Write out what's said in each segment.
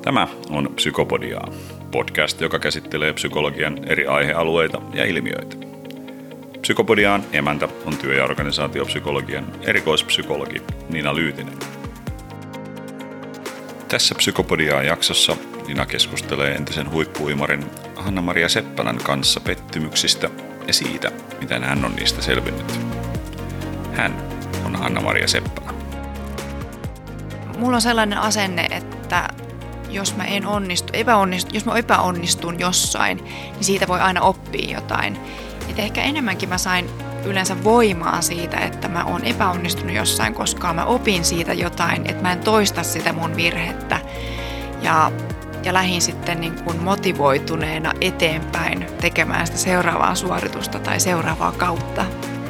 Tämä on Psykopodiaa, podcast, joka käsittelee psykologian eri aihealueita ja ilmiöitä. Psykopodiaan emäntä on työ- ja organisaatiopsykologian erikoispsykologi Nina Lyytinen. Tässä Psykopodiaa jaksossa Nina keskustelee entisen huippu-uimarin Hanna-Maria Seppälän kanssa pettymyksistä ja siitä, miten hän on niistä selvinnyt. Hän on Hanna-Maria Seppälä. Mulla on sellainen asenne, että jos mä epäonnistun jossain, niin siitä voi aina oppia jotain. Et ehkä enemmänkin mä sain yleensä voimaa siitä, että mä oon epäonnistunut jossain, koska mä opin siitä jotain, että mä en toista sitä mun virhettä. Ja lähdin sitten niin kuin motivoituneena eteenpäin tekemään sitä seuraavaa suoritusta tai seuraavaa kautta.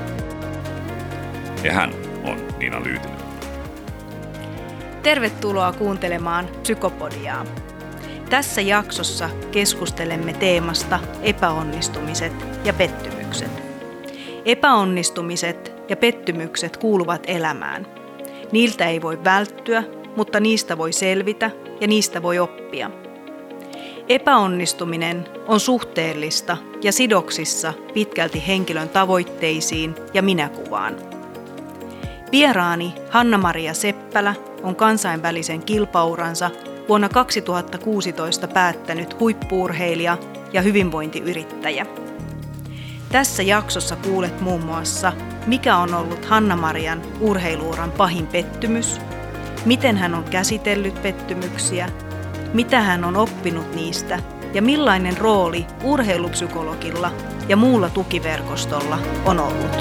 Ja hän on Nina Lyytinen. Tervetuloa kuuntelemaan Psykopodiaa. Tässä jaksossa keskustelemme teemasta epäonnistumiset ja pettymykset. Epäonnistumiset ja pettymykset kuuluvat elämään. Niiltä ei voi välttyä, mutta niistä voi selvitä ja niistä voi oppia. Epäonnistuminen on suhteellista ja sidoksissa pitkälti henkilön tavoitteisiin ja minäkuvaan. Vieraani Hanna-Maria Seppälä on kansainvälisen kilpauransa vuonna 2016 päättänyt huippu-urheilija ja hyvinvointiyrittäjä. Tässä jaksossa kuulet muun muassa, mikä on ollut Hanna-Marian urheiluuran pahin pettymys, miten hän on käsitellyt pettymyksiä, mitä hän on oppinut niistä ja millainen rooli urheilupsykologilla ja muulla tukiverkostolla on ollut.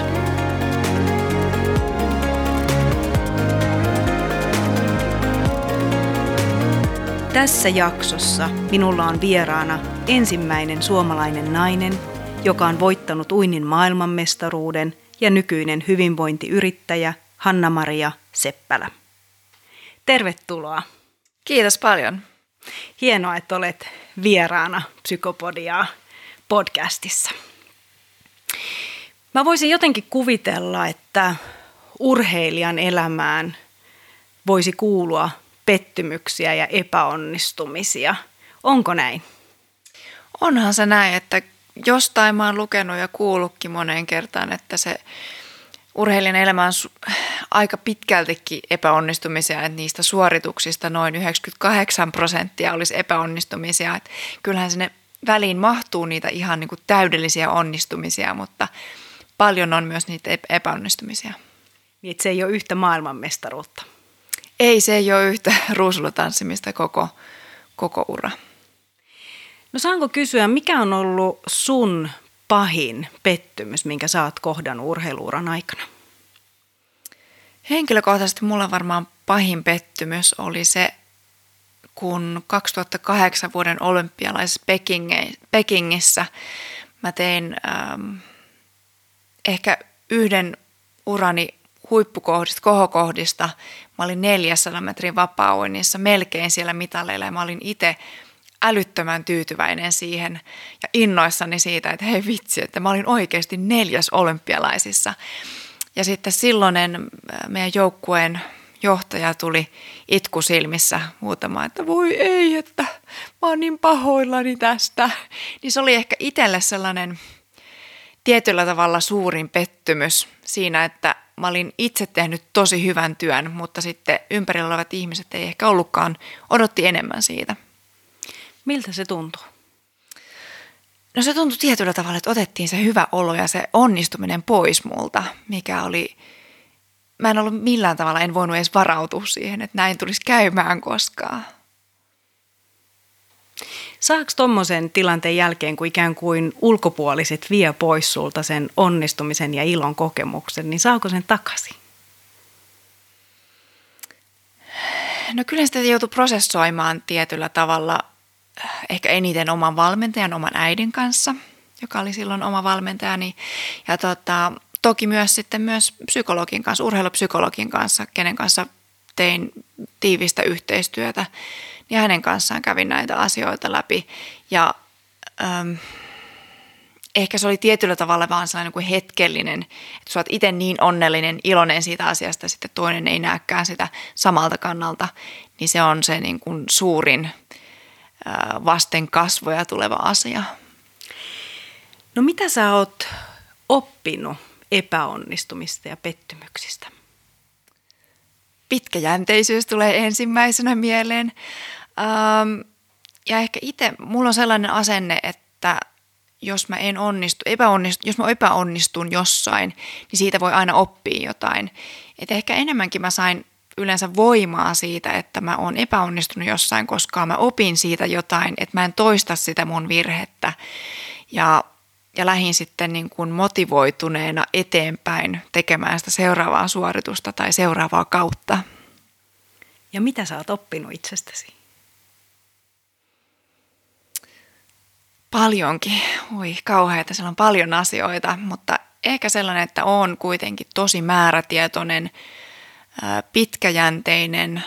Tässä jaksossa minulla on vieraana ensimmäinen suomalainen nainen, joka on voittanut uinnin maailmanmestaruuden ja nykyinen hyvinvointiyrittäjä Hanna-Maria Seppälä. Tervetuloa. Kiitos paljon. Hienoa, että olet vieraana Psykopodiaa podcastissa. Mä voisin jotenkin kuvitella, että urheilijan elämään voisi kuulua pettymyksiä ja epäonnistumisia. Onko näin? Onhan se näin, että jostain mä oon lukenut ja kuullutkin moneen kertaan, että se urheilijan elämä on aika pitkältikin epäonnistumisia, että niistä suorituksista noin 98% olisi epäonnistumisia. Että kyllähän sinne väliin mahtuu niitä ihan niin kuin täydellisiä onnistumisia, mutta paljon on myös niitä epäonnistumisia. Niin, että se ei ole yhtä maailmanmestaruutta. Ei, se ei ole yhtä ruusulatanssimista koko ura. No saanko kysyä, mikä on ollut sun pahin pettymys, minkä sä oot kohdannut urheiluuran aikana? Henkilökohtaisesti mulla varmaan pahin pettymys oli se, kun 2008 vuoden olympialaisessa Pekingissä mä tein ehkä yhden urani huippukohdista, kohokohdista. Mä olin 400 metrin vapaa-uinnissa melkein siellä mitaleilla ja mä olin itse älyttömän tyytyväinen siihen ja innoissani siitä, että hei vitsi, että mä olin oikeasti 4. olympialaisissa. Ja sitten silloinen meidän joukkueen johtaja tuli itku silmissä huutamaan, että voi ei, että mä oon niin pahoillani tästä. Niin se oli ehkä itselle sellainen tietyllä tavalla suurin pettymys siinä, että mä olin itse tehnyt tosi hyvän työn, mutta sitten ympärillä olevat ihmiset ei ehkä ollutkaan, odotti enemmän siitä. Miltä se tuntuu? No se tuntui tietyllä tavalla, että otettiin se hyvä olo ja se onnistuminen pois multa, mikä oli, mä en ollut millään tavalla, en voinut edes varautua siihen, että näin tulisi käymään koskaan. Saako tommosen tilanteen jälkeen, kun ikään kuin ulkopuoliset vie pois sulta sen onnistumisen ja ilon kokemuksen, niin saako sen takaisin? No kyllä sitä joutui prosessoimaan tietyllä tavalla, ehkä eniten oman valmentajan, oman äidin kanssa, joka oli silloin oma valmentajani. Ja toki myös sitten myös psykologin kanssa, urheilupsykologin kanssa, kenen kanssa tein tiivistä yhteistyötä. Ja hänen kanssaan kävin näitä asioita läpi ja ehkä se oli tietyllä tavalla vaan sellainen kuin hetkellinen, että sä oot itse niin onnellinen, iloinen siitä asiasta ja sitten toinen ei näekään sitä samalta kannalta, niin se on se niin kuin suurin vasten kasvoja tuleva asia. No mitä sä oot oppinut epäonnistumista ja pettymyksistä? Pitkäjänteisyys tulee ensimmäisenä mieleen. Ja ehkä itse, mulla on sellainen asenne, että jos mä epäonnistun jossain, niin siitä voi aina oppia jotain. Et ehkä enemmänkin mä sain yleensä voimaa siitä, että mä oon epäonnistunut jossain, koska mä opin siitä jotain, että mä en toista sitä mun virhettä. Ja lähdin sitten niin kuin motivoituneena eteenpäin tekemään sitä seuraavaa suoritusta tai seuraavaa kautta. Ja mitä sä oot oppinut itsestäsi? Paljonkin. Oi kauheita, siellä on paljon asioita, mutta ehkä sellainen, että on kuitenkin tosi määrätietoinen, pitkäjänteinen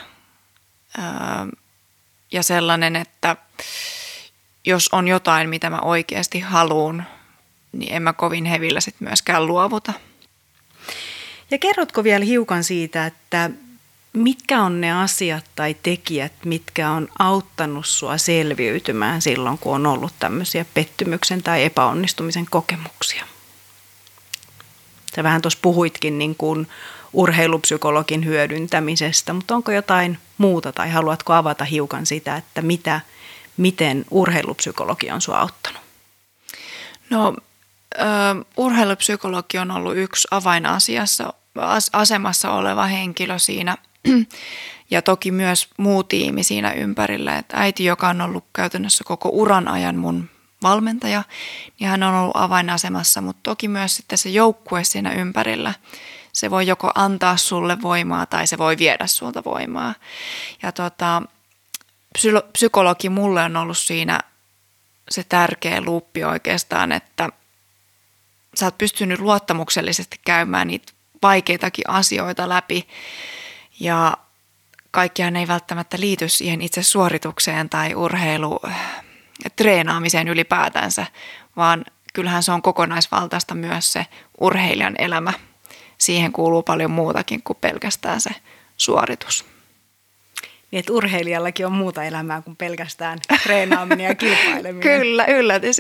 ja sellainen, että jos on jotain, mitä mä oikeasti haluan, niin en mä kovin hevillä sit myöskään luovuta. Ja kerrotko vielä hiukan siitä, että mitkä on ne asiat tai tekijät, mitkä on auttanut sua selviytymään silloin, kun on ollut tämmöisiä pettymyksen tai epäonnistumisen kokemuksia? Sä vähän tuossa puhuitkin niin kuin urheilupsykologin hyödyntämisestä, mutta onko jotain muuta tai haluatko avata hiukan sitä, että miten urheilupsykologi on sua auttanut? No, urheilupsykologi on ollut yksi avainasemassa oleva henkilö siinä ja toki myös muu tiimi siinä ympärillä. Että äiti, joka on ollut käytännössä koko uran ajan mun valmentaja, niin hän on ollut avainasemassa, mutta toki myös sitten se joukkue siinä ympärillä. Se voi joko antaa sulle voimaa tai se voi viedä sulta voimaa. Ja psykologi mulle on ollut siinä se tärkeä luuppi oikeastaan, että sä oot pystynyt luottamuksellisesti käymään niitä vaikeitakin asioita läpi ja kaikkihan ei välttämättä liity siihen itse suoritukseen tai urheilutreenaamiseen ylipäätänsä, vaan kyllähän se on kokonaisvaltaista myös se urheilijan elämä. Siihen kuuluu paljon muutakin kuin pelkästään se suoritus. Niin, että urheilijallakin on muuta elämää kuin pelkästään treenaaminen ja kilpaileminen. Kyllä, yllätys.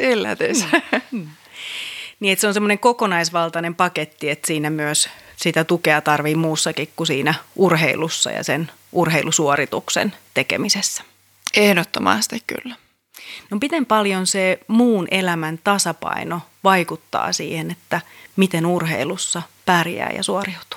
Niin, että se on semmoinen kokonaisvaltainen paketti, että siinä myös sitä tukea tarvii muussakin kuin siinä urheilussa ja sen urheilusuorituksen tekemisessä. Ehdottomasti kyllä. No miten paljon se muun elämän tasapaino vaikuttaa siihen, että miten urheilussa pärjää ja suoriutuu?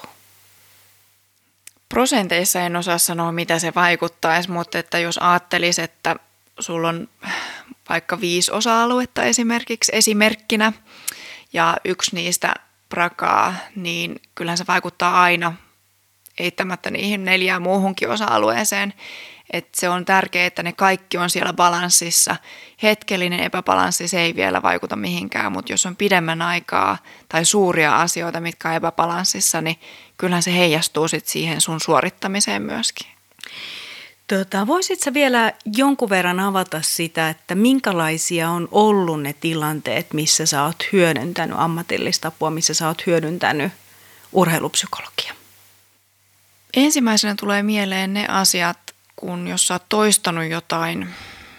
Prosenteissa en osaa sanoa, mitä se vaikuttaisi, mutta että jos ajattelisi, että sulla on vaikka 5 osa-aluetta esimerkkinä ja yksi niistä prakaa, niin kyllähän se vaikuttaa aina eittämättä niihin 4 muuhunkin osa-alueeseen. Että se on tärkeää, että ne kaikki on siellä balanssissa. Hetkellinen epäbalanssi se ei vielä vaikuta mihinkään, mutta jos on pidemmän aikaa tai suuria asioita, mitkä on epäbalanssissa, niin kyllähän se heijastuu sit siihen sun suorittamiseen myöskin. Voisitko sä vielä jonkun verran avata sitä, että minkälaisia on ollut ne tilanteet, missä sä oot hyödyntänyt ammatillista apua, missä sä oot hyödyntänyt urheilupsykologia? Ensimmäisenä tulee mieleen ne asiat, kun jos sä oot toistanut jotain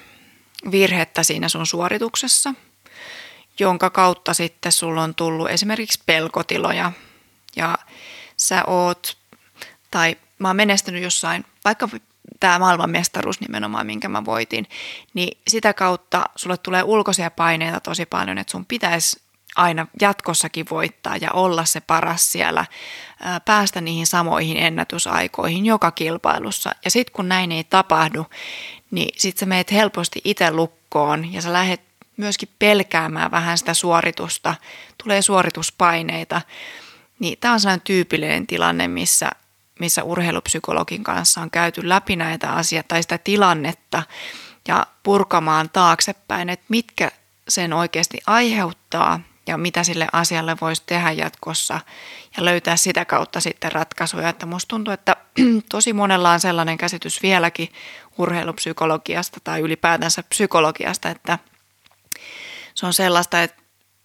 virhettä siinä sun suorituksessa, jonka kautta sitten sulla on tullut esimerkiksi pelkotiloja ja sä oot, tai mä oon menestynyt jossain, vaikka tämä maailmanmestaruus nimenomaan, minkä mä voitin, niin sitä kautta sulle tulee ulkoisia paineita tosi paljon, että sun pitäisi aina jatkossakin voittaa ja olla se paras siellä, päästä niihin samoihin ennätysaikoihin joka kilpailussa. Ja sitten kun näin ei tapahdu, niin sitten sä meet helposti itse lukkoon ja sä lähdet myöskin pelkäämään vähän sitä suoritusta, tulee suorituspaineita. Niin tämä on sellainen tyypillinen tilanne, missä urheilupsykologin kanssa on käyty läpi näitä asioita tai sitä tilannetta ja purkamaan taaksepäin, että mitkä sen oikeasti aiheuttaa ja mitä sille asialle voisi tehdä jatkossa ja löytää sitä kautta sitten ratkaisuja. Että musta tuntuu, että tosi monella on sellainen käsitys vieläkin urheilupsykologiasta tai ylipäätänsä psykologiasta, että se on sellaista, että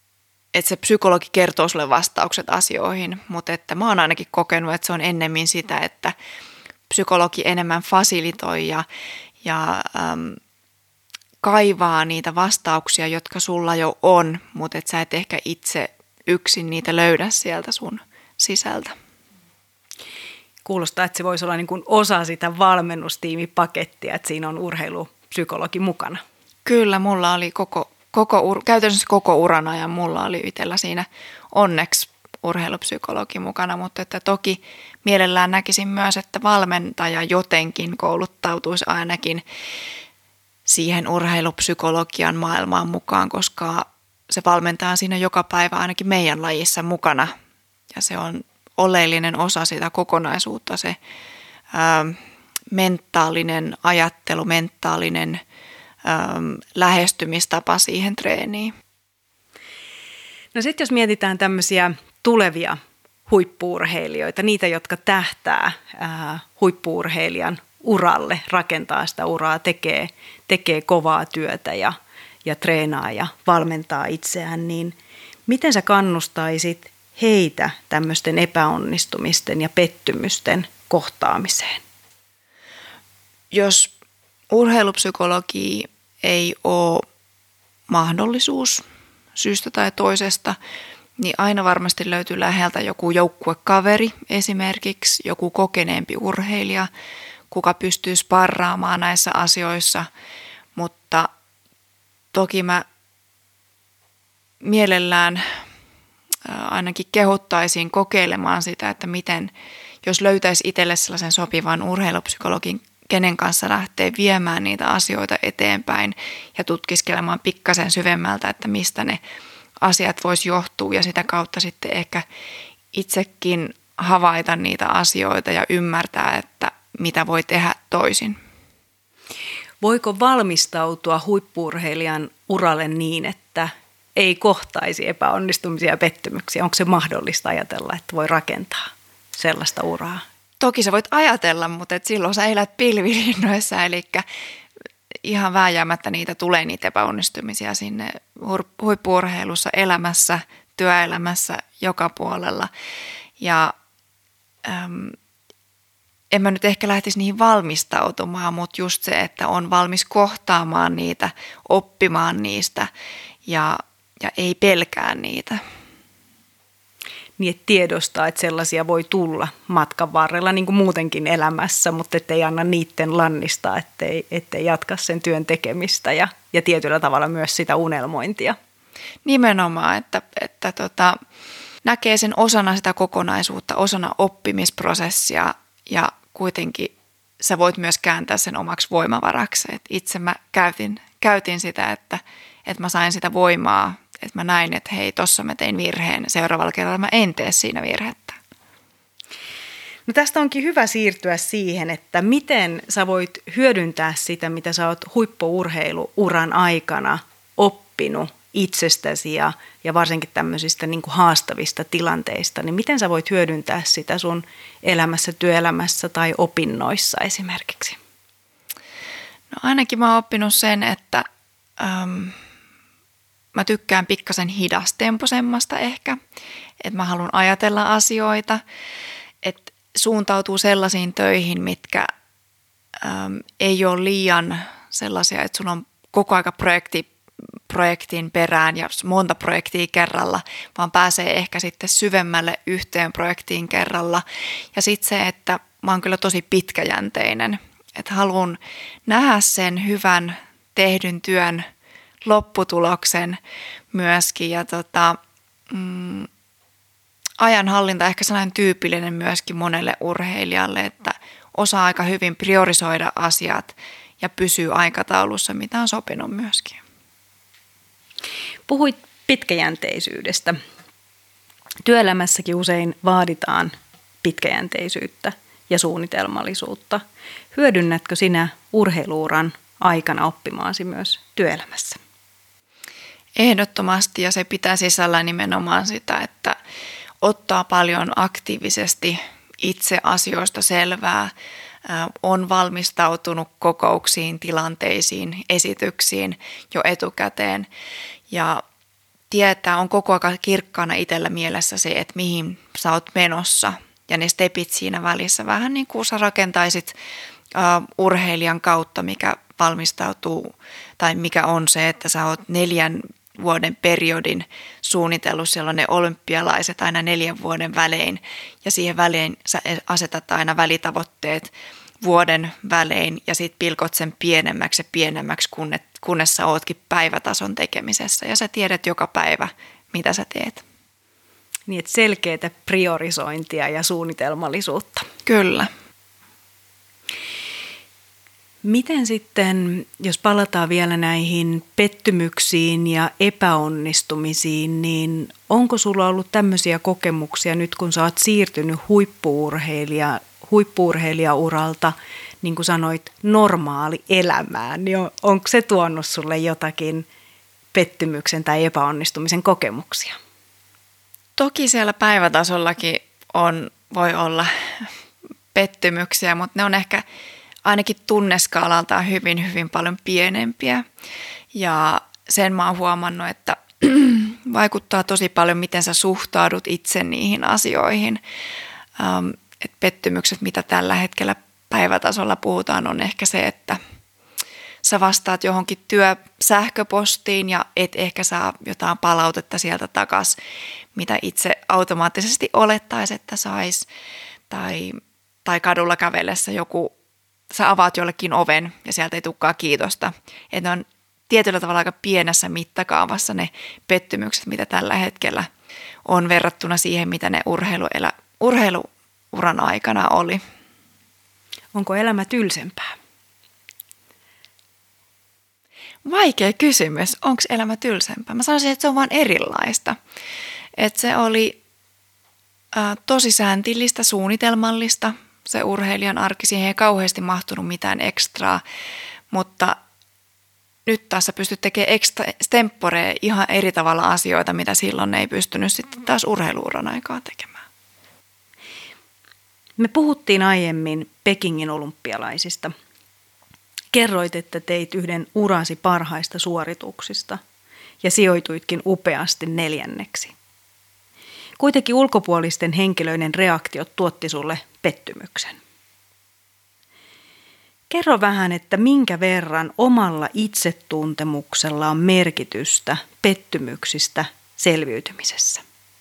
se psykologi kertoo sulle vastaukset asioihin, mutta että mä oon ainakin kokenut, että se on ennemmin sitä, että psykologi enemmän fasilitoi ja kaivaa niitä vastauksia, jotka sulla jo on, mutta et sä et ehkä itse yksin niitä löydä sieltä sun sisältä. Kuulostaa, että se voisi olla niin kuin osa sitä valmennustiimipakettia, että siinä on urheilupsykologi mukana. Kyllä, mulla oli käytännössä koko uran ajan mulla oli itsellä siinä onneksi urheilupsykologi mukana, mutta että toki mielellään näkisin myös, että valmentaja jotenkin kouluttautuisi ainakin siihen urheilupsykologian maailmaan mukaan, koska se valmentaja on siinä joka päivä ainakin meidän lajissa mukana ja se on oleellinen osa sitä kokonaisuutta, se mentaalinen ajattelu, mentaalinen lähestymistapa siihen treeniin. No sitten jos mietitään tämmöisiä tulevia huippu-urheilijoita, niitä, jotka tähtää huippu-urheilijan uralle, rakentaa sitä uraa, tekee kovaa työtä ja treenaa ja valmentaa itseään, niin miten sä kannustaisit heitä tämmöisten epäonnistumisten ja pettymysten kohtaamiseen? Jos urheilupsykologi ei ole mahdollisuus syystä tai toisesta, niin aina varmasti löytyy läheltä joku joukkuekaveri esimerkiksi, joku kokeneempi urheilija, kuka pystyy sparraamaan näissä asioissa, mutta toki mä mielellään ainakin kehottaisin kokeilemaan sitä, että miten, jos löytäisi itselle sellaisen sopivan urheilupsykologin, kenen kanssa lähtee viemään niitä asioita eteenpäin ja tutkiskelemaan pikkasen syvemmältä, että mistä ne asiat vois johtua ja sitä kautta sitten ehkä itsekin havaita niitä asioita ja ymmärtää, että mitä voi tehdä toisin. Voiko valmistautua huippu-urheilijan uralle niin, että ei kohtaisi epäonnistumisia ja pettymyksiä? Onko se mahdollista ajatella, että voi rakentaa sellaista uraa? Toki sä voit ajatella, mutta silloin sä elät pilvilinnoissa, eli ihan vääjäämättä niitä tulee niitä epäonnistumisia sinne huippu-urheilussa, elämässä, työelämässä, joka puolella. Ja en mä nyt ehkä lähtisi niihin valmistautumaan, mutta just se, että on valmis kohtaamaan niitä, oppimaan niistä ja ei pelkää niitä. Niin, että tiedostaa, että sellaisia voi tulla matkan varrella niin kuin muutenkin elämässä, mutta ettei anna niiden lannistaa, ettei jatka sen työn tekemistä ja tietyllä tavalla myös sitä unelmointia. Nimenomaan, että näkee sen osana sitä kokonaisuutta, osana oppimisprosessia ja kuitenkin sä voit myös kääntää sen omaksi voimavaraksi. Et itse mä käytin sitä, että mä sain sitä voimaa, että mä näin, että hei, tossa mä tein virheen, seuraavalla kerralla mä en tee siinä virhettä. No tästä onkin hyvä siirtyä siihen, että miten sä voit hyödyntää sitä, mitä sä oot huippu-urheiluuran aikana oppinut itsestäsi ja varsinkin tämmöisistä niin kuin haastavista tilanteista, niin miten sä voit hyödyntää sitä sun elämässä, työelämässä tai opinnoissa esimerkiksi? No ainakin mä oon oppinut sen, että mä tykkään pikkasen hidastemposemmasta ehkä, että mä haluan ajatella asioita, että suuntautuu sellaisiin töihin, mitkä ei ole liian sellaisia, että sulla on koko aika projektin perään ja monta projektia kerralla, vaan pääsee ehkä sitten syvemmälle yhteen projektiin kerralla. Ja sitten se, että mä oon kyllä tosi pitkäjänteinen, että haluan nähdä sen hyvän tehdyn työn lopputuloksen myöskin ja ajanhallinta ehkä sellainen tyypillinen myöskin monelle urheilijalle, että osaa aika hyvin priorisoida asiat ja pysyy aikataulussa, mitä on sopinut myöskin. Puhuit pitkäjänteisyydestä. Työelämässäkin usein vaaditaan pitkäjänteisyyttä ja suunnitelmallisuutta. Hyödynnätkö sinä urheiluuran aikana oppimaasi myös työelämässä? Ehdottomasti, ja se pitää sisällä nimenomaan sitä, että ottaa paljon aktiivisesti itse asioista selvää, on valmistautunut kokouksiin, tilanteisiin, esityksiin jo etukäteen ja tietää, on koko ajan kirkkaana itsellä mielessä se, että mihin sä oot menossa ja ne stepit siinä välissä. Vähän niin kuin sä rakentaisit urheilijan kautta, valmistautuu, tai mikä on se, että sä oot 4 vuoden periodin suunnitellut, siellä on ne olympialaiset aina 4 vuoden välein, ja siihen välein sä asetat aina välitavoitteet vuoden välein, ja sit pilkot sen pienemmäksi ja pienemmäksi, kunnes sä ootkin päivätason tekemisessä, ja sä tiedät joka päivä, mitä sä teet. Niin, että selkeätä priorisointia ja suunnitelmallisuutta. Kyllä. Miten sitten, jos palataan vielä näihin pettymyksiin ja epäonnistumisiin, niin onko sulla ollut tämmöisiä kokemuksia nyt, kun sä oot siirtynyt huippu-urheilijauralta, niin kuin sanoit, normaali elämään, niin onko se tuonut sulle jotakin pettymyksen tai epäonnistumisen kokemuksia? Toki siellä päivätasollakin voi olla pettymyksiä, mutta ne on ehkä ainakin tunneskaalaltaan hyvin, hyvin paljon pienempiä. Ja sen mä oon huomannut, että vaikuttaa tosi paljon, miten sä suhtaudut itse niihin asioihin. Et pettymykset, mitä tällä hetkellä päivätasolla puhutaan, on ehkä se, että sä vastaat johonkin työsähköpostiin ja et ehkä saa jotain palautetta sieltä takaisin, mitä itse automaattisesti olettaisi, että sais. Tai kadulla kävellessä sä avaat jollekin oven ja sieltä ei tulekaan kiitosta. Että ne on tietyllä tavalla aika pienessä mittakaavassa ne pettymykset, mitä tällä hetkellä on verrattuna siihen, mitä ne urheiluuran aikana oli. Onko elämä tylsempää? Vaikea kysymys. Onko elämä tylsempää? Mä sanoisin, että se on vaan erilaista. Että se oli tosi sääntillistä, suunnitelmallista. Se urheilijan arki, siihen ei kauheasti mahtunut mitään ekstraa, mutta nyt taas sä pystyt tekemään extemporea ihan eri tavalla asioita, mitä silloin ei pystynyt sitten taas urheiluuran aikaa tekemään. Me puhuttiin aiemmin Pekingin olympialaisista. Kerroit, että teit yhden urasi parhaista suorituksista ja sijoituitkin upeasti 4. Kuitenkin ulkopuolisten henkilöiden reaktiot tuotti sulle pettymyksen. Kerro vähän, että minkä verran omalla itsetuntemuksella on merkitystä pettymyksistä selviytymisessä?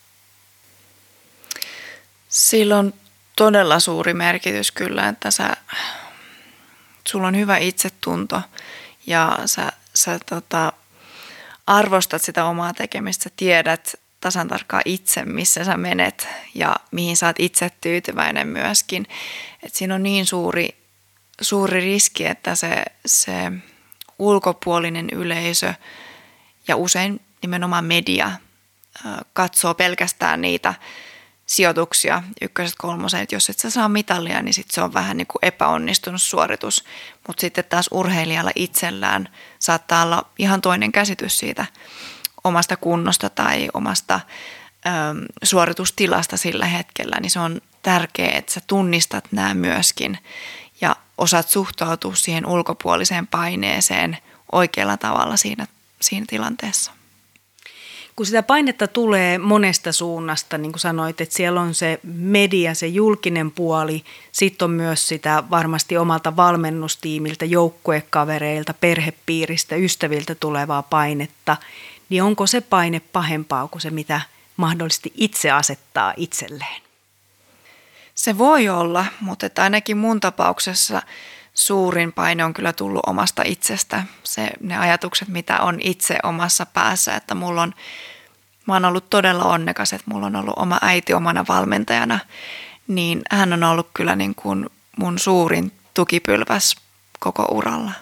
Sillä on todella suuri merkitys kyllä, että sulla on hyvä itsetunto ja sä arvostat sitä omaa tekemistä, sä tiedät tasan tarkkaan itse, missä sä menet ja mihin sä oot itse tyytyväinen myöskin. Et siinä on niin suuri riski, että se ulkopuolinen yleisö ja usein nimenomaan media katsoo pelkästään niitä sijoituksia, 1., 3. Jos et sä saa mitalia, niin sit se on vähän niin kuin epäonnistunut suoritus. Mutta sitten taas urheilijalla itsellään saattaa olla ihan toinen käsitys siitä omasta kunnosta tai omasta suoritustilasta sillä hetkellä. Niin se on tärkeää, että sä tunnistat nämä myöskin ja osaat suhtautua siihen ulkopuoliseen paineeseen oikealla tavalla siinä tilanteessa. Kun sitä painetta tulee monesta suunnasta, niin kuin sanoit, että siellä on se media, se julkinen puoli, sitten on myös sitä varmasti omalta valmennustiimiltä, joukkuekavereilta, perhepiiristä, ystäviltä tulevaa painetta, niin onko se paine pahempaa kuin se, mitä mahdollisesti itse asettaa itselleen? Se voi olla, mutta että ainakin mun tapauksessa suurin paine on kyllä tullut omasta itsestä. Ne ajatukset, mitä on itse omassa päässä, että mä oon ollut todella onnekas, että mulla on ollut oma äiti omana valmentajana, niin hän on ollut kyllä niin kuin mun suurin tukipylväs koko uralla.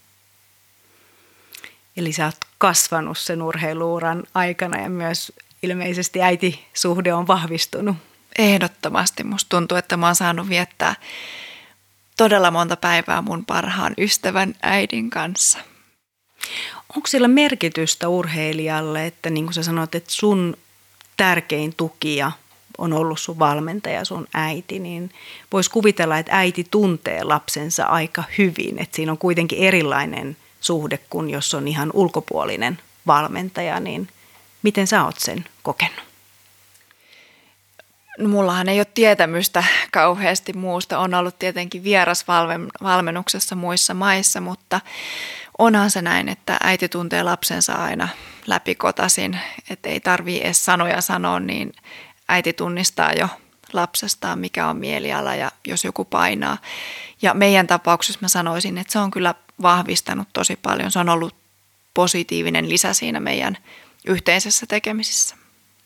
Eli sä oot kasvanut sen urheiluuran aikana ja myös ilmeisesti äitisuhde on vahvistunut. Ehdottomasti. Musta tuntuu, että mä oon saanut viettää todella monta päivää mun parhaan ystävän äidin kanssa. Onko sillä merkitystä urheilijalle, että niin kuin sä sanoit, että sun tärkein tukija on ollut sun valmentaja, sun äiti, niin voisi kuvitella, että äiti tuntee lapsensa aika hyvin, että siinä on kuitenkin erilainen suhde kuin jos on ihan ulkopuolinen valmentaja, niin miten sä oot sen kokenut? No, mullahan ei ole tietämystä kauheasti muusta. On ollut tietenkin vierasvalmennuksessa muissa maissa, mutta onhan se näin, että äiti tuntee lapsensa aina läpikotaisin. Että ei tarvitse edes sanoja sanoa, niin äiti tunnistaa jo lapsestaan, mikä on mieliala ja jos joku painaa. Ja meidän tapauksessa mä sanoisin, että se on kyllä vahvistanut tosi paljon. Se on ollut positiivinen lisä siinä meidän yhteisessä tekemisissä.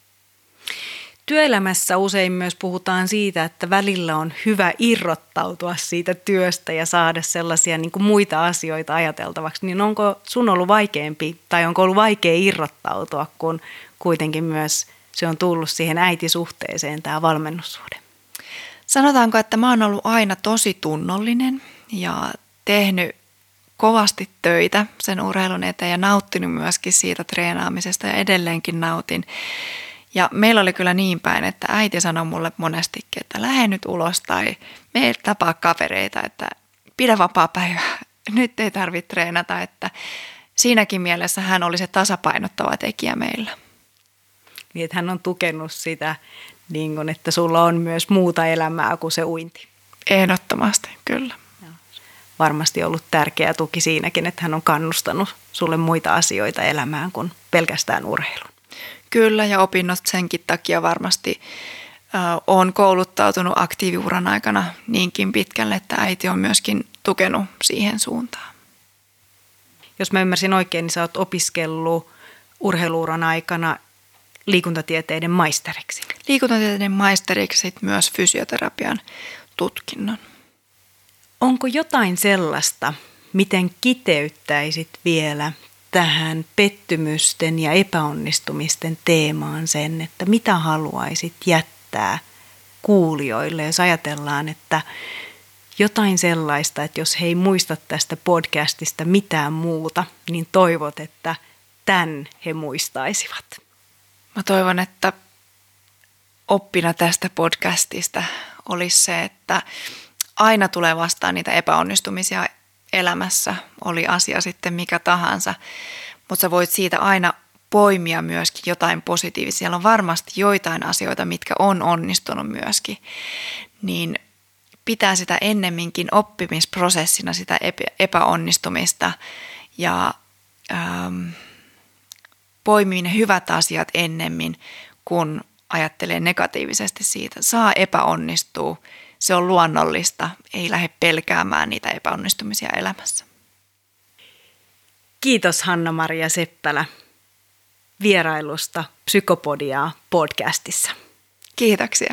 Työelämässä usein myös puhutaan siitä, että välillä on hyvä irrottautua siitä työstä ja saada sellaisia niin kuin muita asioita ajateltavaksi. Niin onko sun ollut vaikeampi tai onko ollut vaikea irrottautua, kun kuitenkin myös se on tullut siihen äitisuhteeseen tämä valmennussuhde? Sanotaanko, että mä oon ollut aina tosi tunnollinen ja tehnyt kovasti töitä sen urheilun eteen ja nauttinut myöskin siitä treenaamisesta ja edelleenkin nautin. Ja meillä oli kyllä niin päin, että äiti sanoi mulle monestikin, että lähde nyt ulos tai mene tapaa kavereita, että pidä vapaa päivä, nyt ei tarvitse treenata, että siinäkin mielessä hän oli se tasapainottava tekijä meillä. Niin, että hän on tukenut sitä, niin kun, että sulla on myös muuta elämää kuin se uinti. Ehdottomasti, kyllä. Varmasti ollut tärkeä tuki siinäkin, että hän on kannustanut sulle muita asioita elämään kuin pelkästään urheilun. Kyllä, ja opinnot senkin takia varmasti olen kouluttautunut aktiiviuran aikana niinkin pitkälle, että äiti on myöskin tukenut siihen suuntaan. Jos mä ymmärsin oikein, niin sä oot opiskellut urheiluuran aikana liikuntatieteiden maisteriksi. Liikuntatieteiden maisteriksi myös fysioterapian tutkinnon. Onko jotain sellaista, miten kiteyttäisit vielä tähän pettymysten ja epäonnistumisten teemaan sen, että mitä haluaisit jättää kuulijoille, jos ajatellaan, että jotain sellaista, että jos he ei muista tästä podcastista mitään muuta, niin toivot, että tämän he muistaisivat. Mä toivon, että oppina tästä podcastista olisi se, että aina tulee vastaan niitä epäonnistumisia elämässä, oli asia sitten mikä tahansa, mutta sä voit siitä aina poimia myöskin jotain positiivista. Siellä on varmasti joitain asioita, mitkä on onnistunut myöskin, niin pitää sitä ennemminkin oppimisprosessina sitä epäonnistumista ja poimii ne hyvät asiat ennemmin, kun ajattelee negatiivisesti siitä. Saa epäonnistua. Se on luonnollista, ei lähde pelkäämään niitä epäonnistumisia elämässä. Kiitos Hanna-Maria Seppälä vierailusta Psykopodiaa podcastissa. Kiitoksia.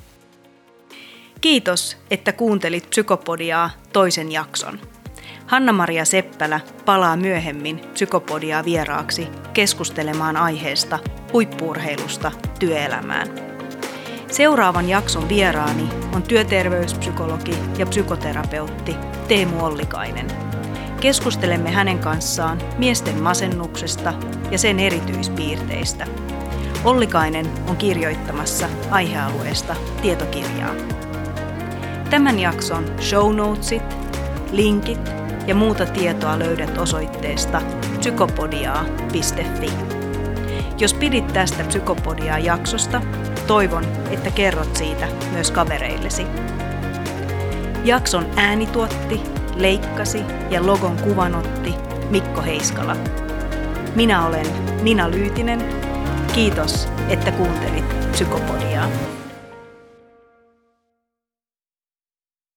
Kiitos, että kuuntelit Psykopodiaa toisen jakson. Hanna-Maria Seppälä palaa myöhemmin Psykopodiaa vieraaksi keskustelemaan aiheesta huippu-urheilusta työelämään. Seuraavan jakson vieraani on työterveyspsykologi ja psykoterapeutti Teemu Ollikainen. Keskustelemme hänen kanssaan miesten masennuksesta ja sen erityispiirteistä. Ollikainen on kirjoittamassa aihealueesta tietokirjaa. Tämän jakson show notesit, linkit ja muuta tietoa löydät osoitteesta psykopodia.fi. Jos pidit tästä Psykopodiaa-jaksosta, toivon, että kerrot siitä myös kavereillesi. Jakson äänituotti, leikkasi ja logon kuvanotti Mikko Heiskala. Minä olen Nina Lyytinen. Kiitos, että kuuntelit Psykopodiaa.